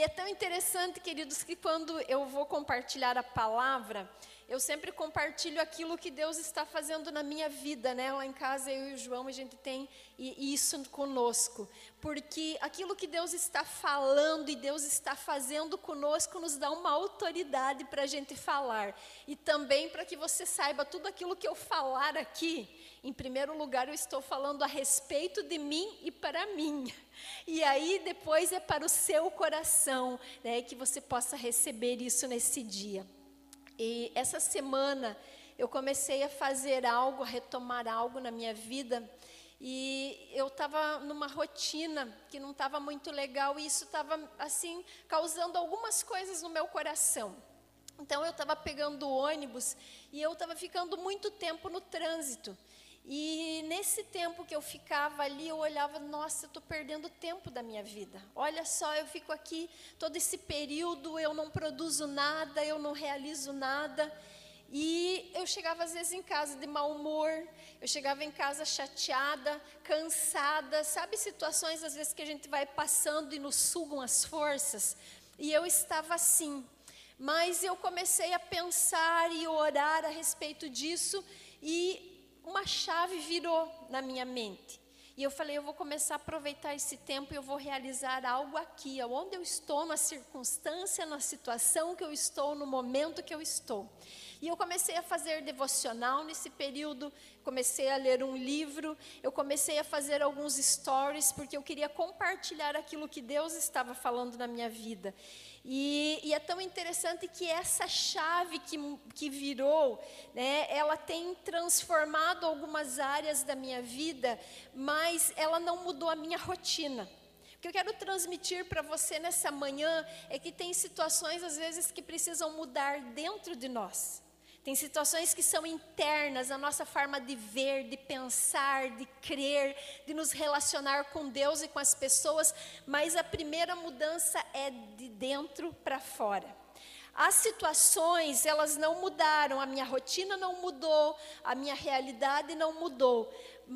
é tão interessante, queridos, que quando eu vou compartilhar a palavra, eu sempre compartilho aquilo que Deus está fazendo na minha vida, né? Lá em casa, eu e o João, a gente tem isso conosco. Porque aquilo que Deus está falando e Deus está fazendo conosco nos dá uma autoridade para a gente falar. E também para que você saiba, tudo aquilo que eu falar aqui, em primeiro lugar, eu estou falando a respeito de mim e para mim. E aí, depois é para o seu coração, né? Que você possa receber isso nesse dia. E essa semana eu comecei a fazer algo, a retomar algo na minha vida. E eu estava numa rotina que não estava muito legal. E isso estava, assim, causando algumas coisas no meu coração. Então eu estava pegando o ônibus e eu estava ficando muito tempo no trânsito. E nesse tempo que eu ficava ali, eu olhava, nossa, eu estou perdendo tempo da minha vida. Olha só, eu fico aqui todo esse período, eu não produzo nada, eu não realizo nada. E eu chegava às vezes em casa de mau humor, eu chegava em casa chateada, cansada. Sabe situações às vezes que a gente vai passando e nos sugam as forças? E eu estava assim. Mas eu comecei a pensar e orar a respeito disso e uma chave virou na minha mente. E eu falei, eu vou começar a aproveitar esse tempo e eu vou realizar algo aqui, onde eu estou, na circunstância, na situação que eu estou, no momento que eu estou. E eu comecei a fazer devocional nesse período, comecei a ler um livro, eu comecei a fazer alguns stories, porque eu queria compartilhar aquilo que Deus estava falando na minha vida. E é tão interessante que essa chave que virou, né, ela tem transformado algumas áreas da minha vida, mas ela não mudou a minha rotina. O que eu quero transmitir para você nessa manhã é que tem situações às vezes que precisam mudar dentro de nós. Tem situações que são internas, a nossa forma de ver, de pensar, de crer, de nos relacionar com Deus e com as pessoas, mas a primeira mudança é de dentro para fora. As situações, elas não mudaram, a minha rotina não mudou, a minha realidade não mudou,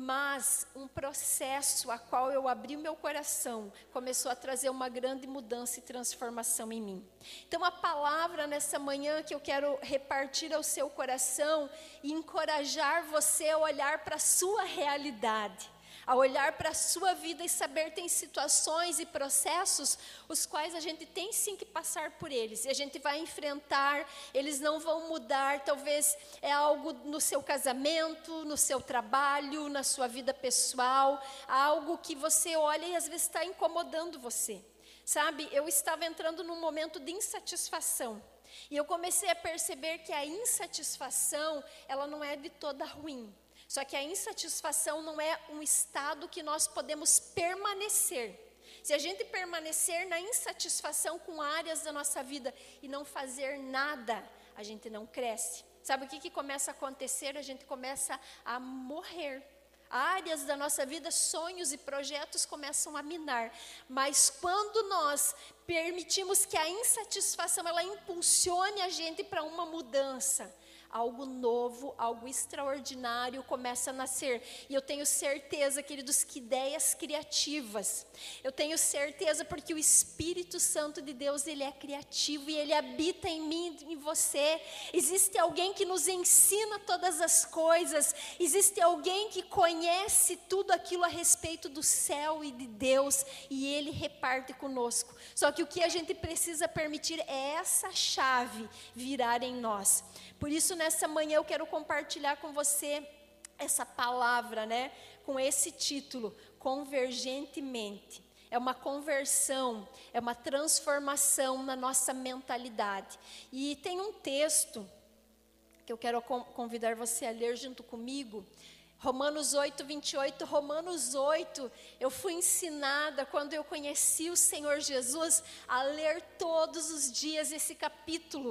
mas um processo a qual eu abri o meu coração começou a trazer uma grande mudança e transformação em mim. Então a palavra nessa manhã que eu quero repartir ao seu coração e encorajar você a olhar para a sua realidade, a olhar para a sua vida e saber tem situações e processos os quais a gente tem sim que passar por eles. E a gente vai enfrentar, eles não vão mudar, talvez é algo no seu casamento, no seu trabalho, na sua vida pessoal, algo que você olha e às vezes está incomodando você. Sabe, eu estava entrando num momento de insatisfação. E eu comecei a perceber que a insatisfação, ela não é de toda ruim. Só que a insatisfação não é um estado que nós podemos permanecer. Se a gente permanecer na insatisfação com áreas da nossa vida e não fazer nada, a gente não cresce. Sabe o que começa a acontecer? A gente começa a morrer. Áreas da nossa vida, sonhos e projetos começam a minar. Mas quando nós permitimos que a insatisfação ela impulsione a gente para uma mudança, algo novo, algo extraordinário começa a nascer. E eu tenho certeza, queridos, que ideias criativas. Eu tenho certeza porque o Espírito Santo de Deus, ele é criativo e ele habita em mim e em você. Existe alguém que nos ensina todas as coisas. Existe alguém que conhece tudo aquilo a respeito do céu e de Deus. E ele reparte conosco. Só que o que a gente precisa permitir é essa chave virar em nós. Por isso, nessa manhã eu quero compartilhar com você essa palavra, né? Com esse título, Convergentemente. É uma conversão, é uma transformação na nossa mentalidade. E tem um texto que eu quero convidar você a ler junto comigo. Romanos 8, 28, Romanos 8, eu fui ensinada quando eu conheci o Senhor Jesus a ler todos os dias esse capítulo.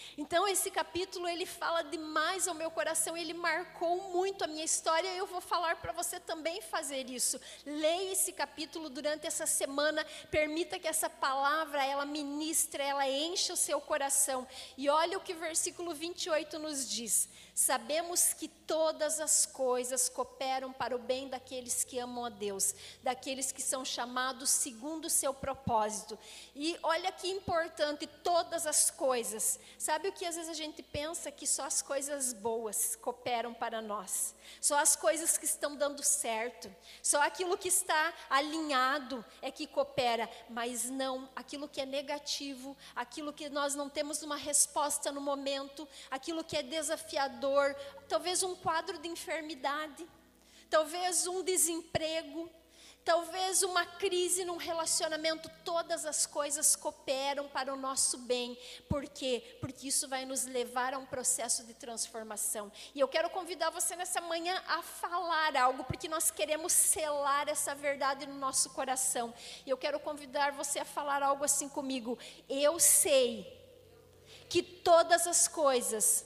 Então esse capítulo ele fala demais ao meu coração, ele marcou muito a minha história, e eu vou falar para você também fazer isso. Leia esse capítulo durante essa semana, permita que essa palavra ela ministre, ela encha o seu coração. E olha o que o versículo 28 nos diz: sabemos que todas as coisas cooperam para o bem daqueles que amam a Deus, daqueles que são chamados segundo o seu propósito. E olha que importante, todas as coisas. Sabe o que às vezes a gente pensa? Que só as coisas boas cooperam para nós. Só as coisas que estão dando certo. Só aquilo que está alinhado é que coopera. Mas não, aquilo que é negativo, aquilo que nós não temos uma resposta no momento, aquilo que é desafiador, talvez um quadro de enfermidade, talvez um desemprego, talvez uma crise num relacionamento, todas as coisas cooperam para o nosso bem. Por quê? Porque isso vai nos levar a um processo de transformação. E eu quero convidar você nessa manhã a falar algo, porque nós queremos selar essa verdade no nosso coração. E eu quero convidar você a falar algo assim comigo: eu sei que todas as coisas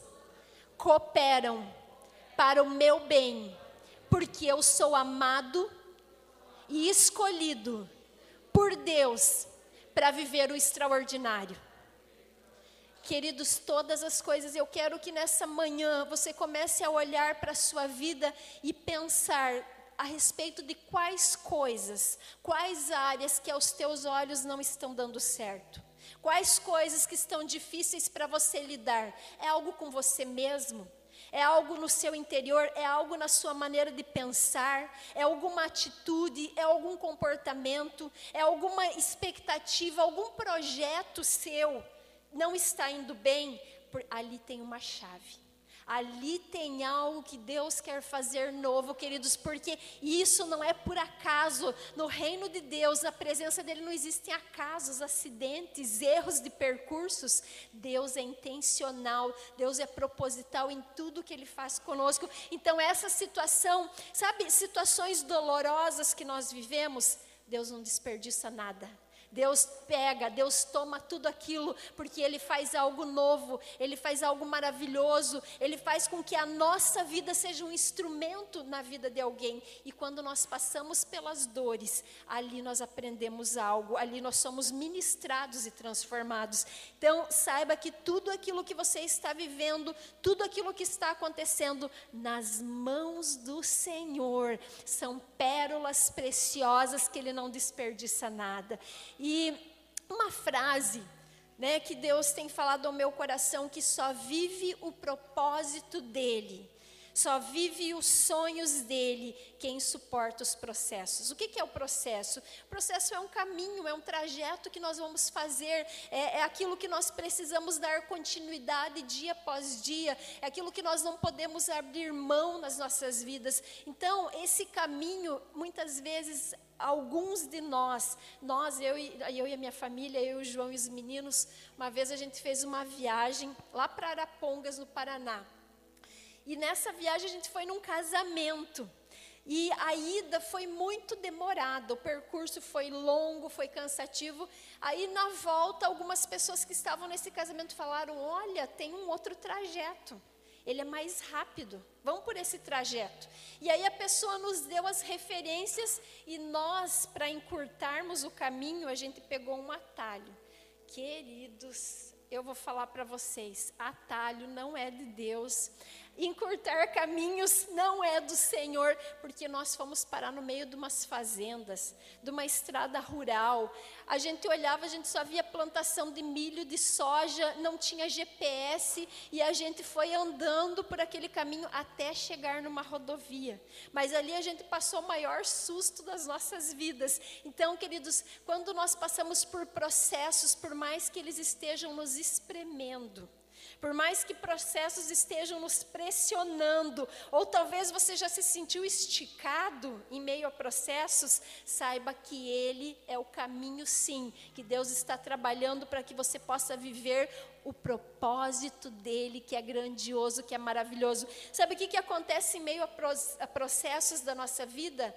cooperam para o meu bem, porque eu sou amado e escolhido por Deus para viver o extraordinário. Queridos, todas as coisas, eu quero que nessa manhã você comece a olhar para a sua vida e pensar a respeito de quais coisas, quais áreas que aos teus olhos não estão dando certo. Quais coisas que estão difíceis para você lidar? É algo com você mesmo? É algo no seu interior? É algo na sua maneira de pensar? É alguma atitude? É algum comportamento? É alguma expectativa? Algum projeto seu não está indo bem? Ali tem uma chave. Ali tem algo que Deus quer fazer novo, queridos, porque isso não é por acaso. No reino de Deus, na presença dele, não existem acasos, acidentes, erros de percursos. Deus é intencional, Deus é proposital em tudo que ele faz conosco. Então essa situação, sabe, situações dolorosas que nós vivemos, Deus não desperdiça nada. Deus pega, Deus toma tudo aquilo, porque Ele faz algo novo, Ele faz algo maravilhoso, Ele faz com que a nossa vida seja um instrumento na vida de alguém. E quando nós passamos pelas dores, ali nós aprendemos algo, ali nós somos ministrados e transformados. Então saiba que tudo aquilo que você está vivendo, tudo aquilo que está acontecendo nas mãos do Senhor, são pérolas preciosas que Ele não desperdiça nada. E uma frase, né, que Deus tem falado ao meu coração, que só vive o propósito dEle, só vive os sonhos dEle quem suporta os processos. O que é o processo? O processo é um caminho, é um trajeto que nós vamos fazer, é aquilo que nós precisamos dar continuidade dia após dia, é aquilo que nós não podemos abrir mão nas nossas vidas. Então, esse caminho, muitas vezes, alguns de nós, eu e a minha família, eu, o João e os meninos, uma vez a gente fez uma viagem lá para Arapongas, no Paraná. E nessa viagem a gente foi num casamento. E a ida foi muito demorada, o percurso foi longo, foi cansativo. Aí na volta, algumas pessoas que estavam nesse casamento falaram: olha, tem um outro trajeto. Ele é mais rápido, vamos por esse trajeto. E aí a pessoa nos deu as referências e nós, para encurtarmos o caminho, a gente pegou um atalho. Queridos, eu vou falar para vocês, atalho não é de Deus. Encurtar caminhos não é do Senhor, porque nós fomos parar no meio de umas fazendas, de uma estrada rural. A gente olhava, a gente só via plantação de milho, de soja, não tinha GPS, e a gente foi andando por aquele caminho até chegar numa rodovia. Mas ali a gente passou o maior susto das nossas vidas. Então, queridos, quando nós passamos por processos, por mais que eles estejam nos espremendo, por mais que processos estejam nos pressionando, ou talvez você já se sentiu esticado em meio a processos, saiba que Ele é o caminho, sim, que Deus está trabalhando para que você possa viver o propósito dEle, que é grandioso, que é maravilhoso. Sabe o que acontece em meio a processos da nossa vida?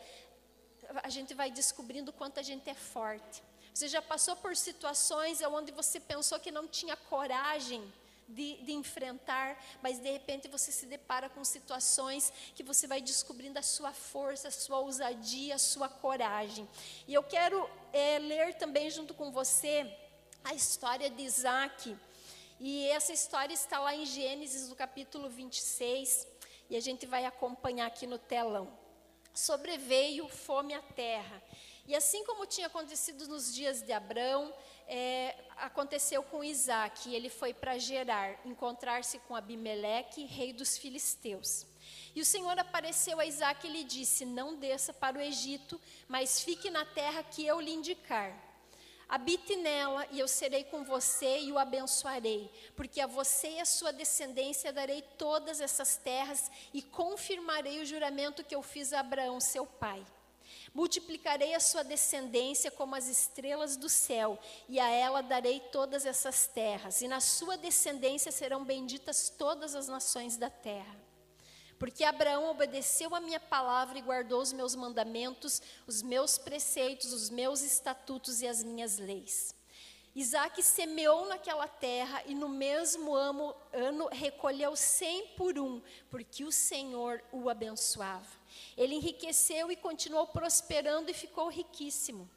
A gente vai descobrindo o quanto a gente é forte. Você já passou por situações onde você pensou que não tinha coragem, de enfrentar, mas de repente você se depara com situações que você vai descobrindo a sua força, a sua ousadia, a sua coragem. E eu quero ler também junto com você a história de Isaac. E essa história está lá em Gênesis, no capítulo 26, e a gente vai acompanhar aqui no telão. Sobreveio fome à terra. E assim como tinha acontecido nos dias de Abrão, aconteceu com Isaac. Ele foi para Gerar, encontrar-se com Abimeleque, rei dos filisteus. E o Senhor apareceu a Isaac e lhe disse: não desça para o Egito, mas fique na terra que eu lhe indicar. Habite nela, e eu serei com você e o abençoarei, porque a você e a sua descendência darei todas essas terras e confirmarei o juramento que eu fiz a Abraão, seu pai. Multiplicarei a sua descendência como as estrelas do céu, e a ela darei todas essas terras, e na sua descendência serão benditas todas as nações da terra. Porque Abraão obedeceu a minha palavra e guardou os meus mandamentos, os meus preceitos, os meus estatutos e as minhas leis. Isaac semeou naquela terra e no mesmo ano recolheu 100 por 1, porque o Senhor o abençoava. Ele enriqueceu e continuou prosperando e ficou riquíssimo.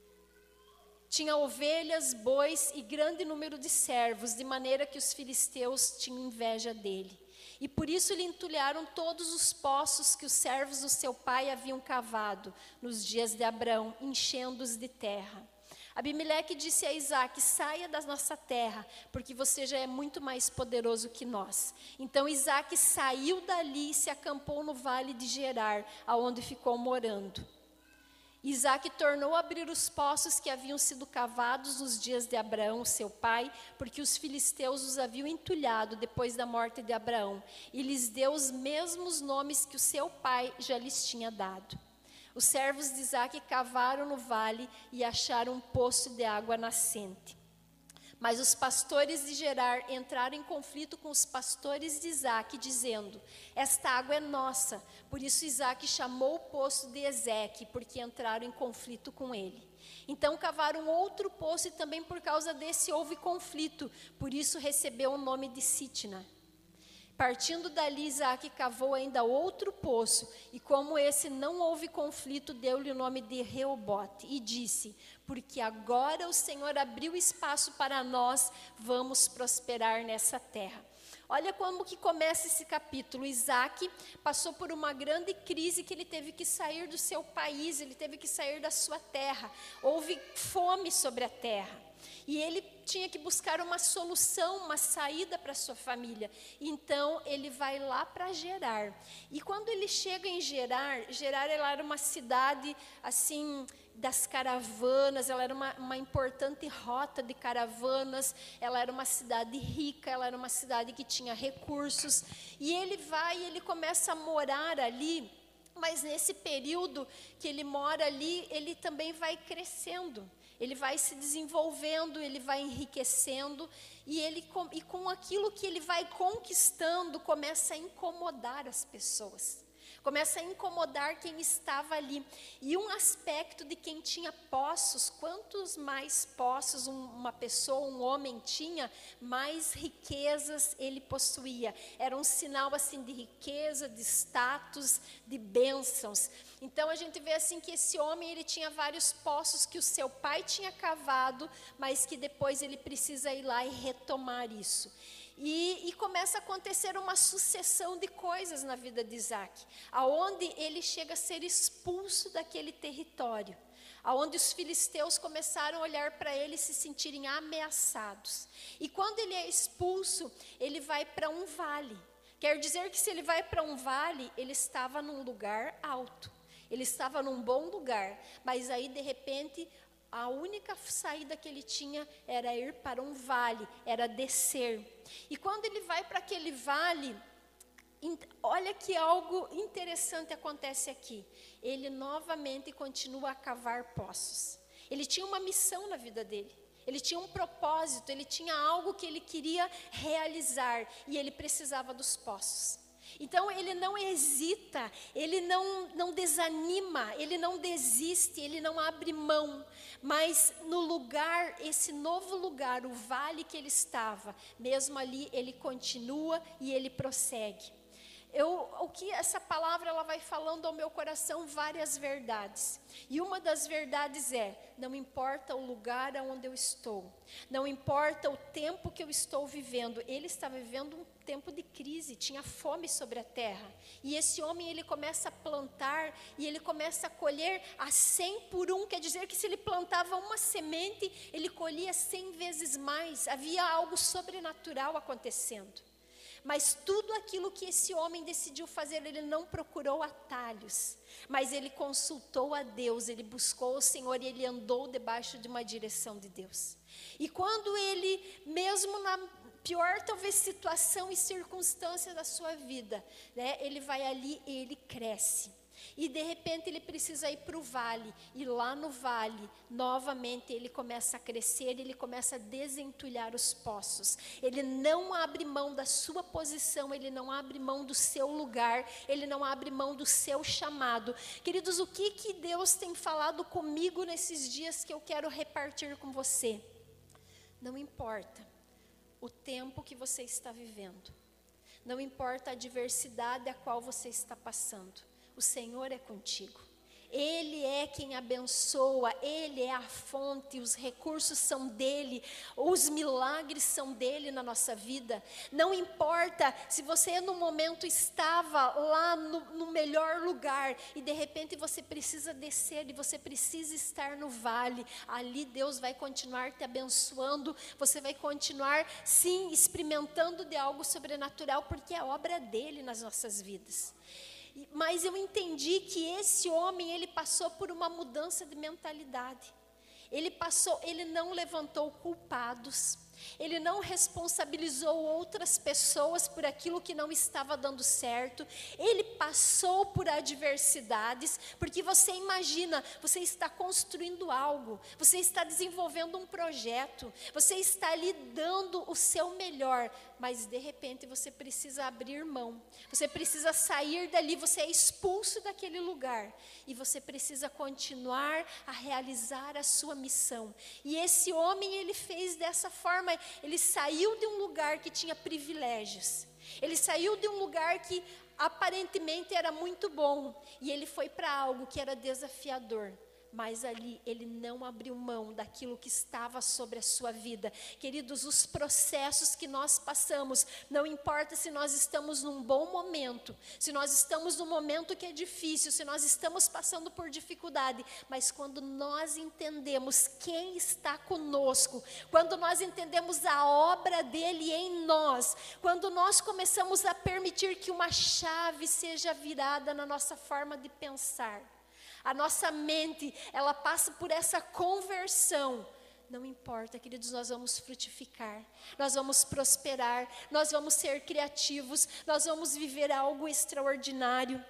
Tinha ovelhas, bois e grande número de servos, de maneira que os filisteus tinham inveja dele. E por isso lhe entulharam todos os poços que os servos do seu pai haviam cavado nos dias de Abrão, enchendo-os de terra. Abimeleque disse a Isaac: saia da nossa terra, porque você já é muito mais poderoso que nós. Então Isaac saiu dali e se acampou no vale de Gerar, aonde ficou morando. Isaac tornou a abrir os poços que haviam sido cavados nos dias de Abraão, seu pai, porque os filisteus os haviam entulhado depois da morte de Abraão, e lhes deu os mesmos nomes que o seu pai já lhes tinha dado. Os servos de Isaac cavaram no vale e acharam um poço de água nascente. Mas os pastores de Gerar entraram em conflito com os pastores de Isaac, dizendo: esta água é nossa. Por isso Isaac chamou o poço de Ezeque, porque entraram em conflito com ele. Então cavaram outro poço e também por causa desse houve conflito. Por isso recebeu o nome de Sitna. Partindo dali, Isaac cavou ainda outro poço, e como esse não houve conflito, deu-lhe o nome de Reobote, e disse: porque agora o Senhor abriu espaço para nós, vamos prosperar nessa terra. Olha como que começa esse capítulo. Isaac passou por uma grande crise que ele teve que sair do seu país, ele teve que sair da sua terra. Houve fome sobre a terra. E ele tinha que buscar uma solução, uma saída para sua família. Então ele vai lá para Gerar. E quando ele chega em Gerar ela era uma cidade assim das caravanas, ela era uma importante rota de caravanas, ela era uma cidade rica, ela era uma cidade que tinha recursos. E ele começa a morar ali, mas nesse período que ele mora ali, ele também vai crescendo. Ele vai se desenvolvendo, ele vai enriquecendo, e com aquilo que ele vai conquistando, começa a incomodar as pessoas. Começa a incomodar quem estava ali. E um aspecto de quem tinha poços, quantos mais poços uma pessoa, um homem tinha, mais riquezas ele possuía. Era um sinal assim de riqueza, de status, de bênçãos. Então a gente vê assim que esse homem, ele tinha vários poços que o seu pai tinha cavado, mas que depois ele precisa ir lá e retomar isso. E começa a acontecer uma sucessão de coisas na vida de Isaac, aonde ele chega a ser expulso daquele território, aonde os filisteus começaram a olhar para ele e se sentirem ameaçados. E quando ele é expulso, ele vai para um vale. Quer dizer que se ele vai para um vale, ele estava num lugar alto, ele estava num bom lugar, mas aí de repente a única saída que ele tinha era ir para um vale, era descer. E quando ele vai para aquele vale, olha que algo interessante acontece aqui. Ele novamente continua a cavar poços. Ele tinha uma missão na vida dele. Ele tinha um propósito, ele tinha algo que ele queria realizar, e ele precisava dos poços. Então ele não hesita, ele não desanima, ele não desiste, ele não abre mão. Mas no lugar, esse novo lugar, o vale que ele estava, mesmo ali ele continua e ele prossegue. O que essa palavra ela vai falando ao meu coração várias verdades. E uma das verdades é: não importa o lugar aonde eu estou, não importa o tempo que eu estou vivendo. Ele está vivendo um tempo de crise, tinha fome sobre a terra. E esse homem ele começa a plantar e ele começa a colher a 100 por 1. Quer dizer que se ele plantava uma semente, ele colhia 100 vezes mais. Havia algo sobrenatural acontecendo. Mas tudo aquilo que esse homem decidiu fazer, ele não procurou atalhos, mas ele consultou a Deus, ele buscou o Senhor e ele andou debaixo de uma direção de Deus. E quando ele, mesmo na pior talvez situação e circunstância da sua vida, né, ele vai ali e ele cresce. E de repente ele precisa ir para o vale, e lá no vale, novamente ele começa a crescer, ele começa a desentulhar os poços. Ele não abre mão da sua posição, ele não abre mão do seu lugar, ele não abre mão do seu chamado. Queridos, o que Deus tem falado comigo nesses dias que eu quero repartir com você? Não importa o tempo que você está vivendo, não importa a adversidade a qual você está passando. O Senhor é contigo. Ele é quem abençoa, Ele é a fonte, os recursos são dEle, os milagres são dEle na nossa vida. Não importa se você no momento estava lá no melhor lugar e de repente você precisa descer e você precisa estar no vale. Ali Deus vai continuar te abençoando, você vai continuar sim experimentando de algo sobrenatural, porque é obra dEle nas nossas vidas. Mas eu entendi que esse homem, ele passou por uma mudança de mentalidade. Ele não levantou culpados, ele não responsabilizou outras pessoas por aquilo que não estava dando certo. Ele passou por adversidades, porque você imagina, você está construindo algo, você está desenvolvendo um projeto, você está ali dando o seu melhor, mas de repente você precisa abrir mão, você precisa sair dali, você é expulso daquele lugar, e você precisa continuar a realizar a sua missão. E esse homem, ele fez dessa forma, ele saiu de um lugar que tinha privilégios, ele saiu de um lugar que aparentemente era muito bom, e ele foi para algo que era desafiador. Mas ali ele não abriu mão daquilo que estava sobre a sua vida. Queridos, os processos que nós passamos, não importa se nós estamos num bom momento, se nós estamos num momento que é difícil, se nós estamos passando por dificuldade, mas quando nós entendemos quem está conosco, quando nós entendemos a obra dele em nós, quando nós começamos a permitir que uma chave seja virada na nossa forma de pensar, a nossa mente, ela passa por essa conversão. Não importa, queridos, nós vamos frutificar, nós vamos prosperar, nós vamos ser criativos, nós vamos viver algo extraordinário.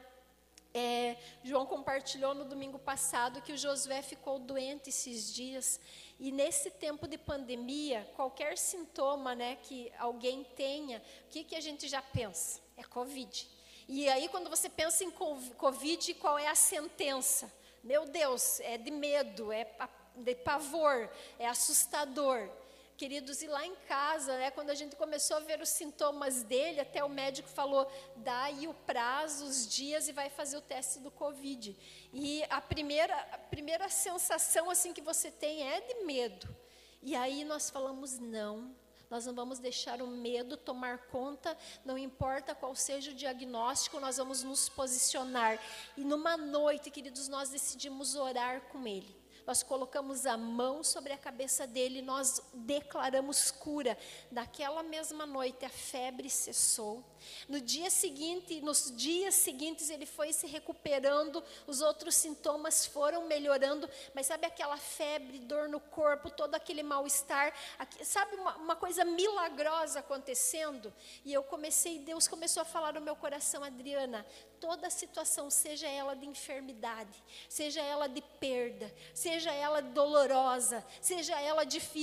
João compartilhou no domingo passado que o Josué ficou doente esses dias. E nesse tempo de pandemia, qualquer sintoma, né, que alguém tenha, o que a gente já pensa? É Covid. E aí quando você pensa em Covid, qual é a sentença? Meu Deus, é de medo, é de pavor, é assustador. Queridos, e lá em casa, né, quando a gente começou a ver os sintomas dele, até o médico falou, dá aí o prazo, os dias e vai fazer o teste do Covid. E a primeira sensação assim que você tem é de medo. E aí nós falamos, nós não vamos deixar o medo tomar conta, não importa qual seja o diagnóstico, nós vamos nos posicionar. E numa noite, queridos, nós decidimos orar com ele. Nós colocamos a mão sobre a cabeça dele, nós declaramos cura. Naquela mesma noite a febre cessou. No dia seguinte, nos dias seguintes ele foi se recuperando, os outros sintomas foram melhorando, mas sabe aquela febre, dor no corpo, todo aquele mal-estar, sabe uma coisa milagrosa acontecendo? E Deus começou a falar no meu coração, Adriana, toda situação, seja ela de enfermidade, seja ela de perda, seja ela dolorosa, seja ela difícil,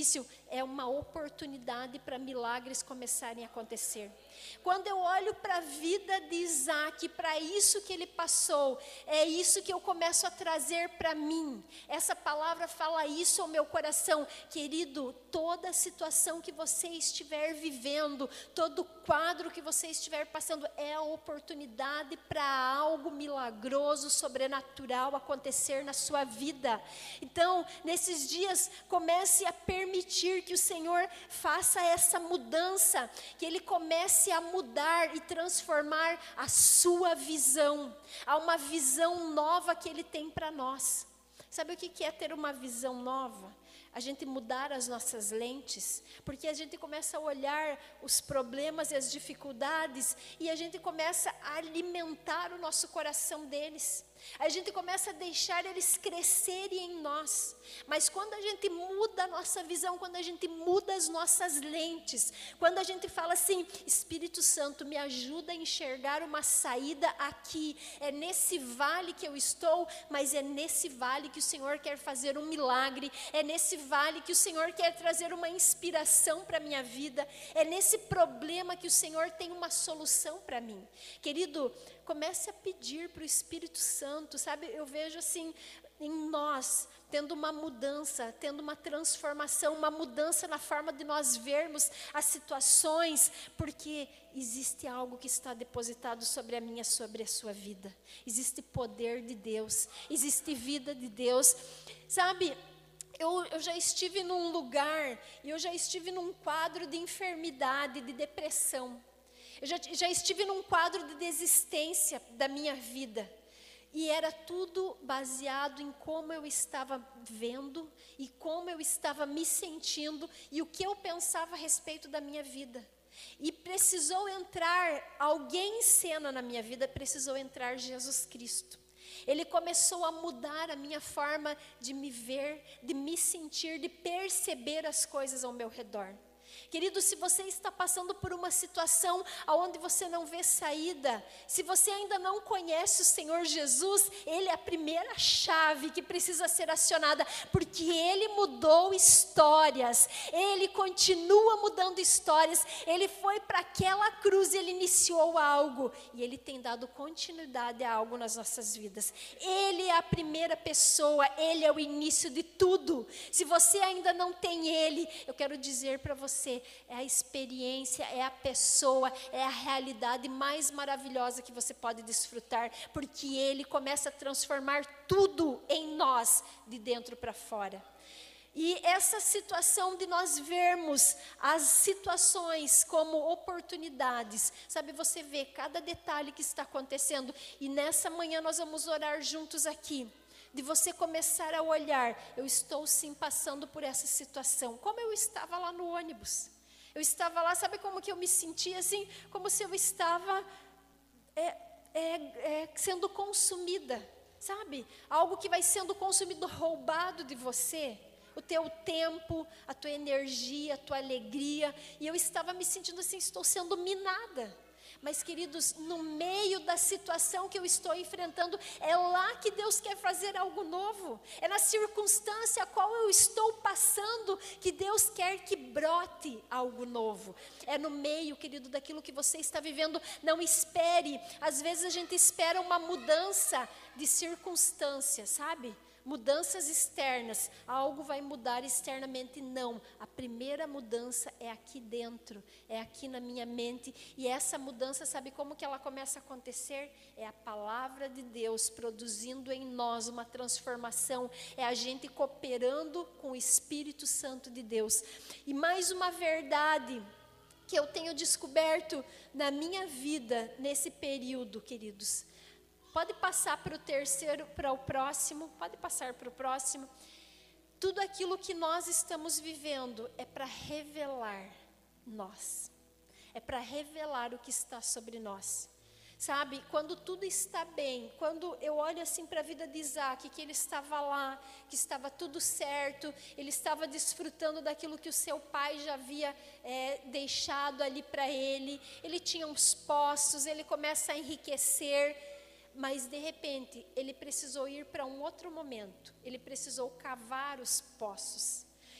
é uma oportunidade para milagres começarem a acontecer. Quando eu olho para a vida de Isaac, para isso que ele passou, é isso que eu começo a trazer para mim. Essa palavra fala isso ao meu coração. Querido, toda situação que você estiver vivendo, todo quadro que você estiver passando, é a oportunidade para algo milagroso, sobrenatural acontecer na sua vida. Então, nesses dias, comece a permitir que o Senhor faça essa mudança, que Ele comece a mudar e transformar a sua visão. Há uma visão nova que Ele tem para nós. Sabe o que é ter uma visão nova? A gente mudar as nossas lentes, porque a gente começa a olhar os problemas e as dificuldades, e a gente começa a alimentar o nosso coração deles. A gente começa a deixar eles crescerem em nós. Mas quando a gente muda a nossa visão, quando a gente muda as nossas lentes, quando a gente fala assim, Espírito Santo, me ajuda a enxergar uma saída aqui. É nesse vale que eu estou, mas é nesse vale que o Senhor quer fazer um milagre. É nesse vale que o Senhor quer trazer uma inspiração para a minha vida. É nesse problema que o Senhor tem uma solução para mim. Querido, comece a pedir para o Espírito Santo, sabe? Eu vejo assim, em nós, tendo uma mudança, tendo uma transformação, uma mudança na forma de nós vermos as situações, porque existe algo que está depositado sobre a minha, sobre a sua vida. Existe poder de Deus, existe vida de Deus, sabe? Eu já estive num lugar, e eu já estive num quadro de enfermidade, de depressão. Eu já estive num quadro de desistência da minha vida. E era tudo baseado em como eu estava vendo e como eu estava me sentindo e o que eu pensava a respeito da minha vida. E precisou entrar alguém em cena na minha vida, precisou entrar Jesus Cristo. Ele começou a mudar a minha forma de me ver, de me sentir, de perceber as coisas ao meu redor. Querido, se você está passando por uma situação onde você não vê saída, se você ainda não conhece o Senhor Jesus, Ele é a primeira chave que precisa ser acionada, porque Ele mudou histórias, Ele continua mudando histórias, Ele foi para aquela cruz, Ele iniciou algo, e Ele tem dado continuidade a algo nas nossas vidas. Ele é a primeira pessoa, Ele é o início de tudo. Se você ainda não tem Ele, eu quero dizer para você, é a experiência, é a pessoa, é a realidade mais maravilhosa que você pode desfrutar, porque Ele começa a transformar tudo em nós, de dentro para fora. E essa situação de nós vermos as situações como oportunidades, sabe, você vê cada detalhe que está acontecendo, e nessa manhã nós vamos orar juntos aqui, de você começar a olhar, eu estou sim passando por essa situação, como eu estava lá no ônibus, eu estava lá, sabe como que eu me sentia assim, como se eu estava sendo consumida, sabe, algo que vai sendo consumido, roubado de você, o teu tempo, a tua energia, a tua alegria, e eu estava me sentindo assim, estou sendo minada. Mas, queridos, no meio da situação que eu estou enfrentando, é lá que Deus quer fazer algo novo. É na circunstância a qual eu estou passando que Deus quer que brote algo novo. É no meio, querido, daquilo que você está vivendo. Não espere. Às vezes a gente espera uma mudança de circunstância, sabe? Mudanças externas, algo vai mudar externamente, não. A primeira mudança é aqui dentro, é aqui na minha mente. E essa mudança, sabe como que ela começa a acontecer? É a palavra de Deus produzindo em nós uma transformação. É a gente cooperando com o Espírito Santo de Deus. E mais uma verdade que eu tenho descoberto na minha vida nesse período, queridos. Pode passar para o terceiro, para o próximo, pode passar para o próximo. Tudo aquilo que nós estamos vivendo é para revelar nós. É para revelar o que está sobre nós. Sabe, quando tudo está bem, quando eu olho assim para a vida de Isaac, que ele estava lá, que estava tudo certo, ele estava desfrutando daquilo que o seu pai já havia deixado ali para ele. Ele tinha uns poços, ele começa a enriquecer. Mas de repente, ele precisou ir para um outro momento, ele precisou cavar os poços.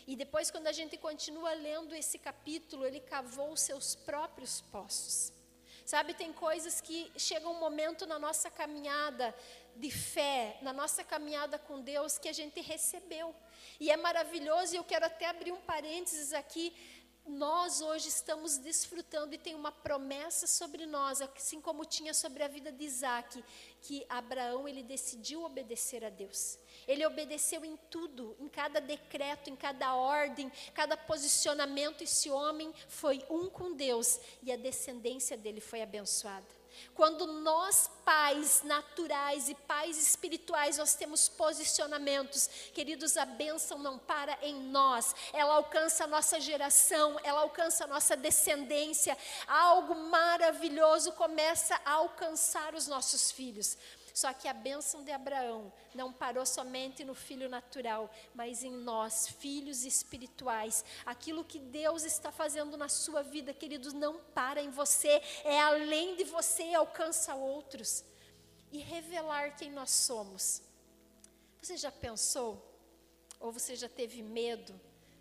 E depois, quando a gente continua lendo esse capítulo, ele cavou os seus próprios poços. Sabe, tem coisas que chegam um momento na nossa caminhada de fé, na nossa caminhada com Deus, que a gente recebeu. E é maravilhoso, e eu quero até abrir um parênteses aqui. Nós hoje estamos desfrutando e tem uma promessa sobre nós, assim como tinha sobre a vida de Isaac, que Abraão, ele decidiu obedecer a Deus. Ele obedeceu em tudo, em cada decreto, em cada ordem, cada posicionamento. Esse homem foi um com Deus e a descendência dele foi abençoada. Quando nós, pais naturais e pais espirituais, nós temos posicionamentos, queridos, a bênção não para em nós, ela alcança a nossa geração, ela alcança a nossa descendência, algo maravilhoso começa a alcançar os nossos filhos. Só que a bênção de Abraão não parou somente no filho natural, mas em nós, filhos espirituais. Aquilo que Deus está fazendo na sua vida, queridos, não para em você, é além de você, alcança outros. E revelar quem nós somos. Você já pensou, ou você já teve medo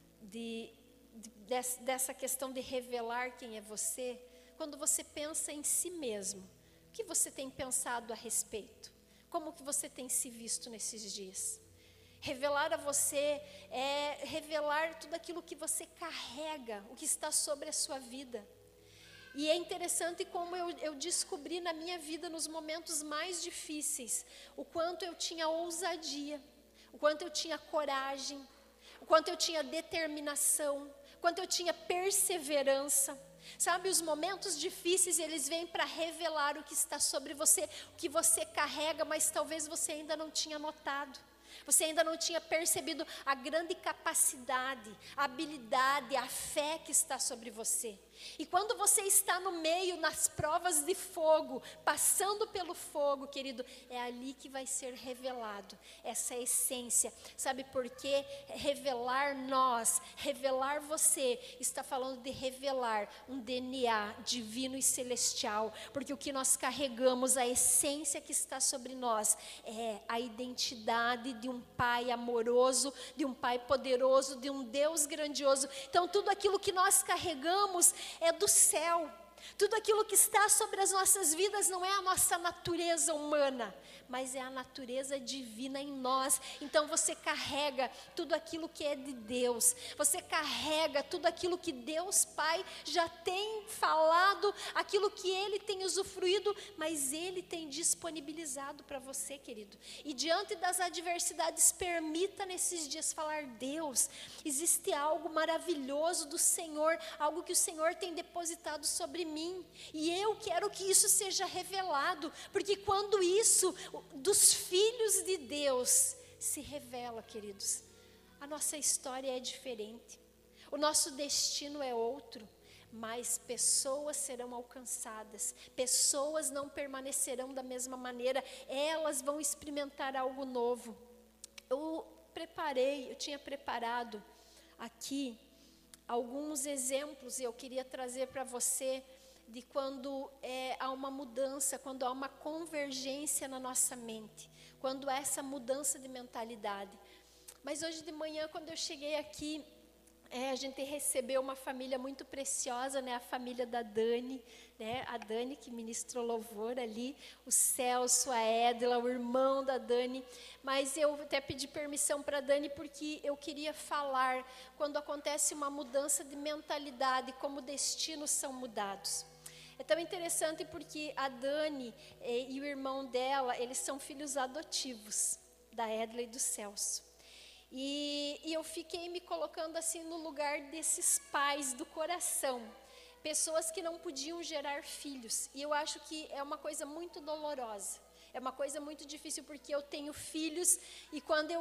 dessa questão de revelar quem é você? Quando você pensa em si mesmo. O que você tem pensado a respeito? Como que você tem se visto nesses dias? Revelar a você é revelar tudo aquilo que você carrega, o que está sobre a sua vida. E é interessante como eu descobri na minha vida, nos momentos mais difíceis, o quanto eu tinha ousadia, o quanto eu tinha coragem, o quanto eu tinha determinação, o quanto eu tinha perseverança. Sabe, os momentos difíceis, eles vêm para revelar o que está sobre você, o que você carrega, mas talvez você ainda não tinha notado. Você ainda não tinha percebido a grande capacidade, a habilidade, a fé que está sobre você. E quando você está no meio, nas provas de fogo, passando pelo fogo, querido, é ali que vai ser revelado essa essência. Sabe por quê? Revelar nós, revelar você, está falando de revelar um DNA divino e celestial. Porque o que nós carregamos, a essência que está sobre nós, é a identidade de um Pai amoroso, de um Pai poderoso, de um Deus grandioso. Então tudo aquilo que nós carregamos é do céu. Tudo aquilo que está sobre as nossas vidas não é a nossa natureza humana, mas é a natureza divina em nós. Então você carrega tudo aquilo que é de Deus. Você carrega tudo aquilo que Deus Pai já tem falado, aquilo que Ele tem usufruído, mas Ele tem disponibilizado para você, querido. E diante das adversidades, permita nesses dias falar: Deus, existe algo maravilhoso do Senhor, algo que o Senhor tem depositado sobre mim, e eu quero que isso seja revelado, porque quando isso dos filhos de Deus se revela, queridos, a nossa história é diferente, o nosso destino é outro, mas pessoas serão alcançadas, pessoas não permanecerão da mesma maneira, elas vão experimentar algo novo. Eu tinha preparado aqui alguns exemplos, e eu queria trazer para você de quando há uma mudança, quando há uma convergência na nossa mente, quando há essa mudança de mentalidade. Mas hoje de manhã, quando eu cheguei aqui, a gente recebeu uma família muito preciosa, né? A família da Dani, né? A Dani que ministrou louvor ali, o Celso, a Edla, o irmão da Dani. Mas eu até pedi permissão para a Dani, porque eu queria falar quando acontece uma mudança de mentalidade, como destinos são mudados. É tão interessante porque a Dani e o irmão dela, eles são filhos adotivos da Edla e do Celso. E eu fiquei me colocando assim no lugar desses pais do coração, pessoas que não podiam gerar filhos. E eu acho que é uma coisa muito dolorosa, é uma coisa muito difícil, porque eu tenho filhos, e quando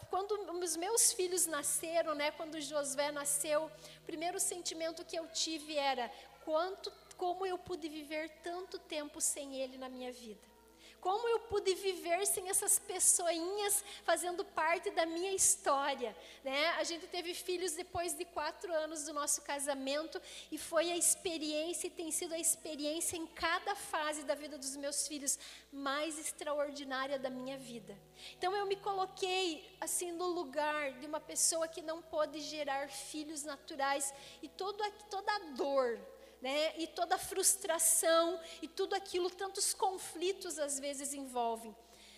os meus filhos nasceram, né, quando o Josué nasceu, o primeiro sentimento que eu tive era: como eu pude viver tanto tempo sem ele na minha vida? Como eu pude viver sem essas pessoinhas fazendo parte da minha história, né? A gente teve filhos depois de 4 anos do nosso casamento e foi a experiência, e tem sido a experiência em cada fase da vida dos meus filhos mais extraordinária da minha vida. Então eu me coloquei assim no lugar de uma pessoa que não pôde gerar filhos naturais e toda a dor, né? E toda a frustração e tudo aquilo, tantos conflitos às vezes envolvem.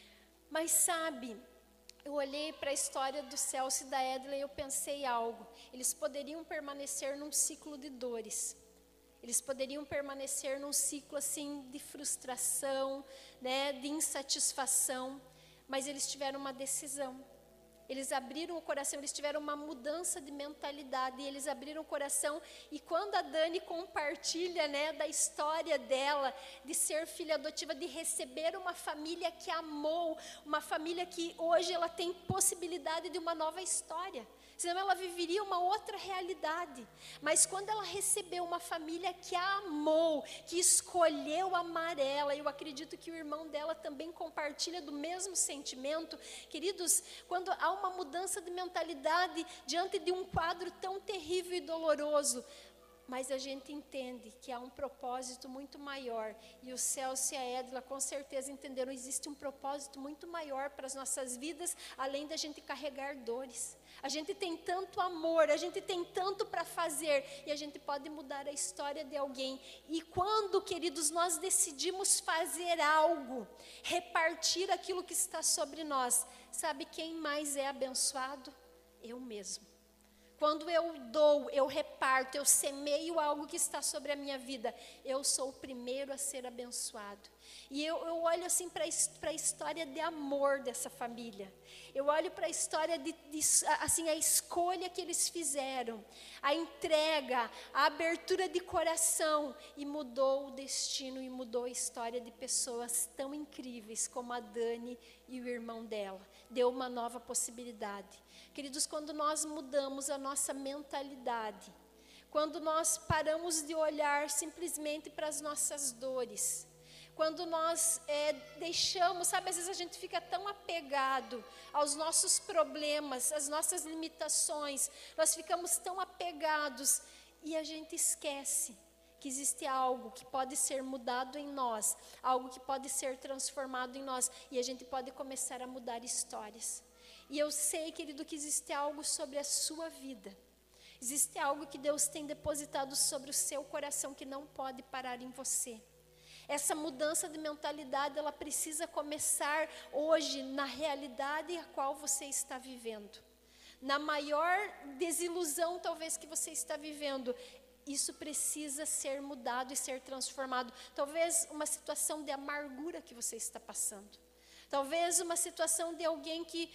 Mas sabe, eu olhei para a história do Celso e da Edla e eu pensei algo. Eles poderiam permanecer num ciclo de dores. Eles poderiam permanecer num ciclo assim de frustração, né? De insatisfação. Mas eles tiveram uma decisão. Eles abriram o coração, eles tiveram uma mudança de mentalidade, e eles abriram o coração, e quando a Dani compartilha, né, da história dela, de ser filha adotiva, de receber uma família que amou, uma família que hoje ela tem possibilidade de uma nova história, senão ela viveria uma outra realidade, mas quando ela recebeu uma família que a amou, que escolheu amar ela, eu acredito que o irmão dela também compartilha do mesmo sentimento, queridos, quando há uma mudança de mentalidade diante de um quadro tão terrível e doloroso, mas a gente entende que há um propósito muito maior, e o Celso e a Edla com certeza entenderam, existe um propósito muito maior para as nossas vidas, além da gente carregar dores. A gente tem tanto amor, a gente tem tanto para fazer, e a gente pode mudar a história de alguém. E quando, queridos, nós decidimos fazer algo, repartir aquilo que está sobre nós, sabe quem mais é abençoado? Eu mesmo. Quando eu dou, eu reparto, eu semeio algo que está sobre a minha vida, eu sou o primeiro a ser abençoado. E eu olho assim para a história de amor dessa família. Eu olho para a história assim, a escolha que eles fizeram, a entrega, a abertura de coração, e mudou o destino e mudou a história de pessoas tão incríveis como a Dani e o irmão dela. Deu uma nova possibilidade. Queridos, quando nós mudamos a nossa mentalidade, quando nós paramos de olhar simplesmente para as nossas dores, quando nós deixamos, sabe, às vezes a gente fica tão apegado aos nossos problemas, às nossas limitações, nós ficamos tão apegados e a gente esquece que existe algo que pode ser mudado em nós, algo que pode ser transformado em nós, e a gente pode começar a mudar histórias. E eu sei, querido, que existe algo sobre a sua vida, existe algo que Deus tem depositado sobre o seu coração que não pode parar em você. Essa mudança de mentalidade, ela precisa começar hoje na realidade a qual você está vivendo. Na maior desilusão talvez que você está vivendo, isso precisa ser mudado e ser transformado. Talvez uma situação de amargura que você está passando. Talvez uma situação de alguém que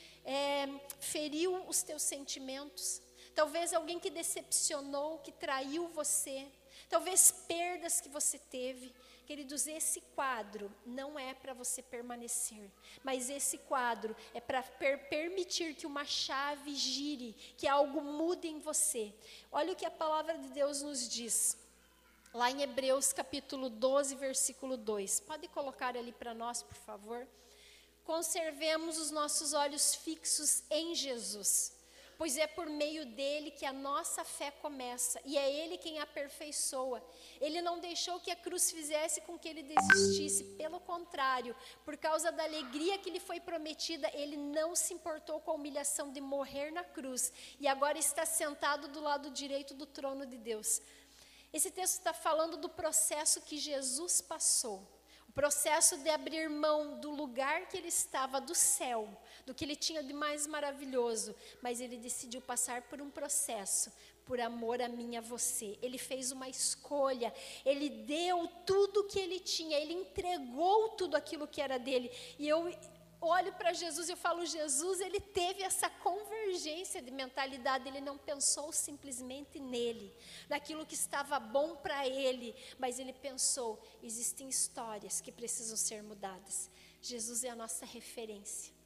feriu os teus sentimentos. Talvez alguém que decepcionou, que traiu você. Talvez perdas que você teve. Queridos, esse quadro não é para você permanecer, mas esse quadro é para permitir que uma chave gire, que algo mude em você. Olha o que a palavra de Deus nos diz, lá em Hebreus capítulo 12, versículo 2. Pode colocar ali para nós, por favor? Conservemos os nossos olhos fixos em Jesus, pois é por meio dele que a nossa fé começa, e é ele quem a aperfeiçoa. Ele não deixou que a cruz fizesse com que ele desistisse, pelo contrário, por causa da alegria que lhe foi prometida, ele não se importou com a humilhação de morrer na cruz, e agora está sentado do lado direito do trono de Deus. Esse texto está falando do processo que Jesus passou. O processo de abrir mão do lugar que ele estava, do céu, do que ele tinha de mais maravilhoso, mas ele decidiu passar por um processo, por amor a mim e a você. Ele fez uma escolha, ele deu tudo o que ele tinha, ele entregou tudo aquilo que era dele. E eu olho para Jesus e eu falo, Jesus, ele teve essa convergência de mentalidade, ele não pensou simplesmente nele, naquilo que estava bom para ele, mas ele pensou, existem histórias que precisam ser mudadas. Jesus é a nossa referência.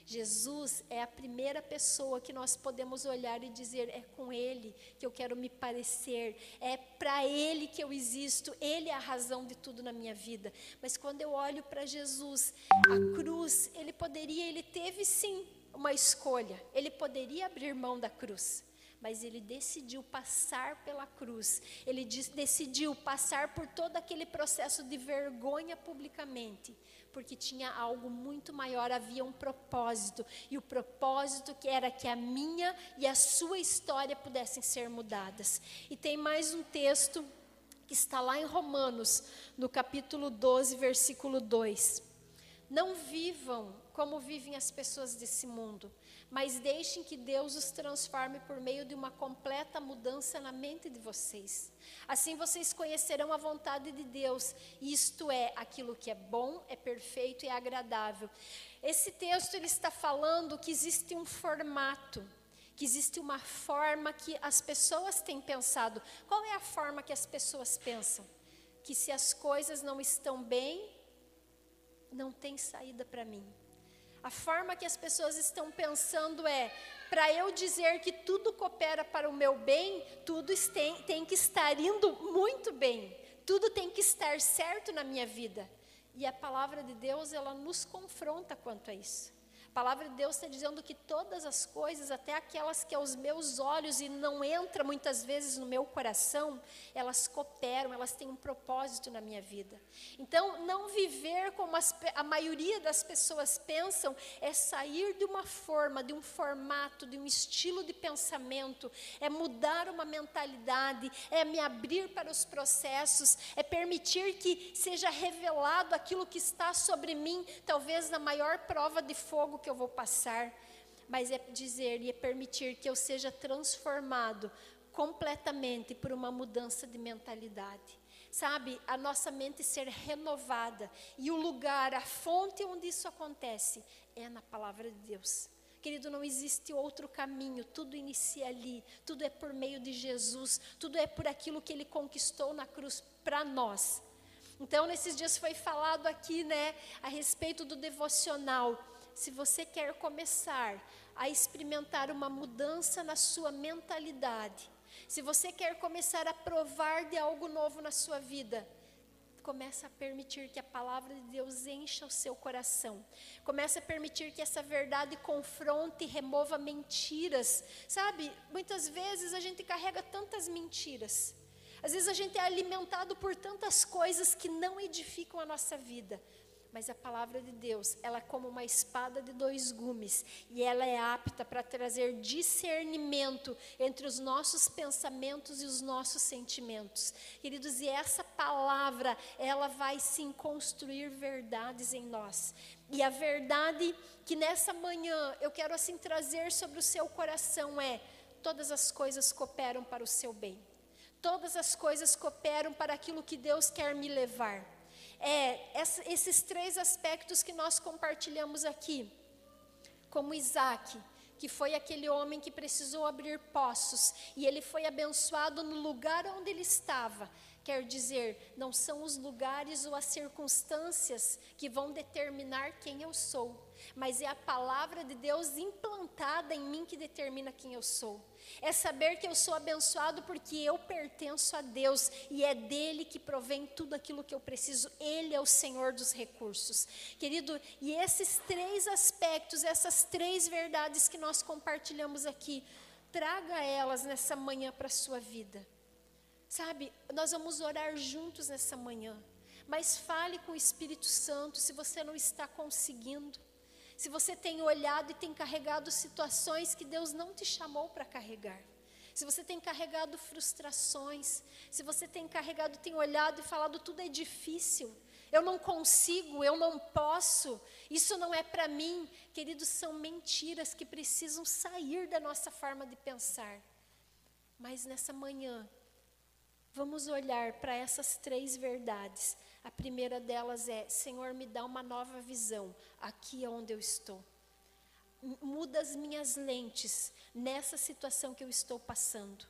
Jesus é a primeira pessoa que nós podemos olhar e dizer, é com Ele que eu quero me parecer, é para Ele que eu existo, Ele é a razão de tudo na minha vida. Mas quando eu olho para Jesus, a cruz, ele teve sim uma escolha, ele poderia abrir mão da cruz, mas ele decidiu passar pela cruz, ele decidiu passar por todo aquele processo de vergonha publicamente, porque tinha algo muito maior, havia um propósito, e o propósito que era que a minha e a sua história pudessem ser mudadas. E tem mais um texto que está lá em Romanos, no capítulo 12, versículo 2. Não vivam como vivem as pessoas desse mundo, mas deixem que Deus os transforme por meio de uma completa mudança na mente de vocês. Assim vocês conhecerão a vontade de Deus, isto é, aquilo que é bom, é perfeito e é agradável. Esse texto ele está falando que existe um formato, que existe uma forma que as pessoas têm pensado. Qual é a forma que as pessoas pensam? Que se as coisas não estão bem, não tem saída para mim. A forma que as pessoas estão pensando é, para eu dizer que tudo coopera para o meu bem, tudo tem que estar indo muito bem, tudo tem que estar certo na minha vida. E a palavra de Deus, ela nos confronta quanto a isso. A palavra de Deus está dizendo que todas as coisas, até aquelas que aos meus olhos e não entram muitas vezes no meu coração, elas cooperam, elas têm um propósito na minha vida. Então, não viver como a maioria das pessoas pensam, é sair de uma forma, de um formato, de um estilo de pensamento, é mudar uma mentalidade, é me abrir para os processos, é permitir que seja revelado aquilo que está sobre mim, talvez na maior prova de fogo que eu vou passar, mas é dizer e é permitir que eu seja transformado completamente por uma mudança de mentalidade. Sabe, a nossa mente ser renovada, e o lugar, a fonte onde isso acontece, é na palavra de Deus. Querido, não existe outro caminho, tudo inicia ali, tudo é por meio de Jesus, tudo é por aquilo que Ele conquistou na cruz para nós. Então, nesses dias foi falado aqui, né, a respeito do devocional. Se você quer começar a experimentar uma mudança na sua mentalidade, se você quer começar a provar de algo novo na sua vida, começa a permitir que a palavra de Deus encha o seu coração. Começa a permitir que essa verdade confronte e remova mentiras. Sabe, muitas vezes a gente carrega tantas mentiras. Às vezes a gente é alimentado por tantas coisas que não edificam a nossa vida. Mas a palavra de Deus, ela é como uma espada de dois gumes, e ela é apta para trazer discernimento entre os nossos pensamentos e os nossos sentimentos. Queridos, e essa palavra, ela vai sim construir verdades em nós. E a verdade que nessa manhã eu quero assim trazer sobre o seu coração é: todas as coisas cooperam para o seu bem. Todas as coisas cooperam para aquilo que Deus quer me levar. Esses três aspectos que nós compartilhamos aqui, como Isaac, que foi aquele homem que precisou abrir poços, e ele foi abençoado no lugar onde ele estava. Quer dizer, não são os lugares ou as circunstâncias que vão determinar quem eu sou, mas é a palavra de Deus implantada em mim que determina quem eu sou. É saber que eu sou abençoado porque eu pertenço a Deus, e é dele que provém tudo aquilo que eu preciso. Ele é o Senhor dos recursos. Querido, e esses três aspectos, essas três verdades que nós compartilhamos aqui, traga elas nessa manhã para a sua vida. Sabe, nós vamos orar juntos nessa manhã, mas fale com o Espírito Santo se você não está conseguindo. Se você tem olhado e tem carregado situações que Deus não te chamou para carregar. Se você tem carregado frustrações, se você tem carregado, tem olhado e falado tudo é difícil, eu não consigo, eu não posso, isso não é para mim. Queridos, são mentiras que precisam sair da nossa forma de pensar. Mas nessa manhã, vamos olhar para essas três verdades. A primeira delas é: Senhor, me dá uma nova visão aqui onde eu estou. Muda as minhas lentes nessa situação que eu estou passando.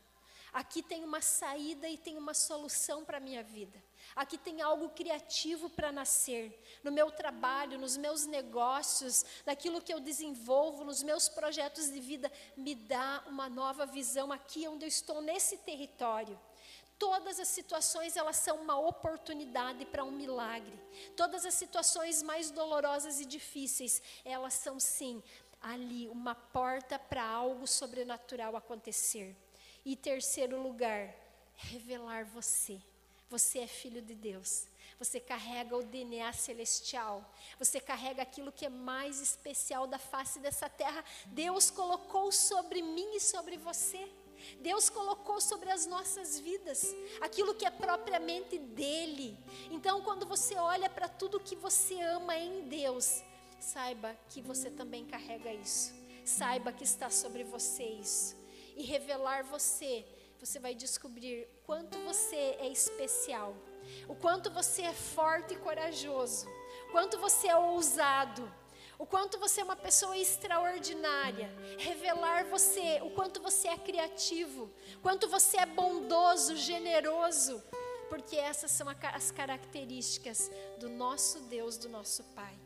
Aqui tem uma saída e tem uma solução para a minha vida. Aqui tem algo criativo para nascer. No meu trabalho, nos meus negócios, naquilo que eu desenvolvo, nos meus projetos de vida, me dá uma nova visão aqui onde eu estou, nesse território. Todas as situações, elas são uma oportunidade para um milagre. Todas as situações mais dolorosas e difíceis, elas são sim, ali, uma porta para algo sobrenatural acontecer. E terceiro lugar, revelar você. Você é filho de Deus. Você carrega o DNA celestial. Você carrega aquilo que é mais especial da face dessa terra. Deus colocou sobre mim e sobre você. Deus colocou sobre as nossas vidas aquilo que é propriamente dele. Então, quando você olha para tudo que você ama em Deus, saiba que você também carrega isso. Saiba que está sobre você isso. E revelar você vai descobrir quanto você é especial, o quanto você é forte e corajoso, o quanto você é ousado, o quanto você é uma pessoa extraordinária. Revelar você, o quanto você é criativo, quanto você é bondoso, generoso, porque essas são as características do nosso Deus, do nosso Pai.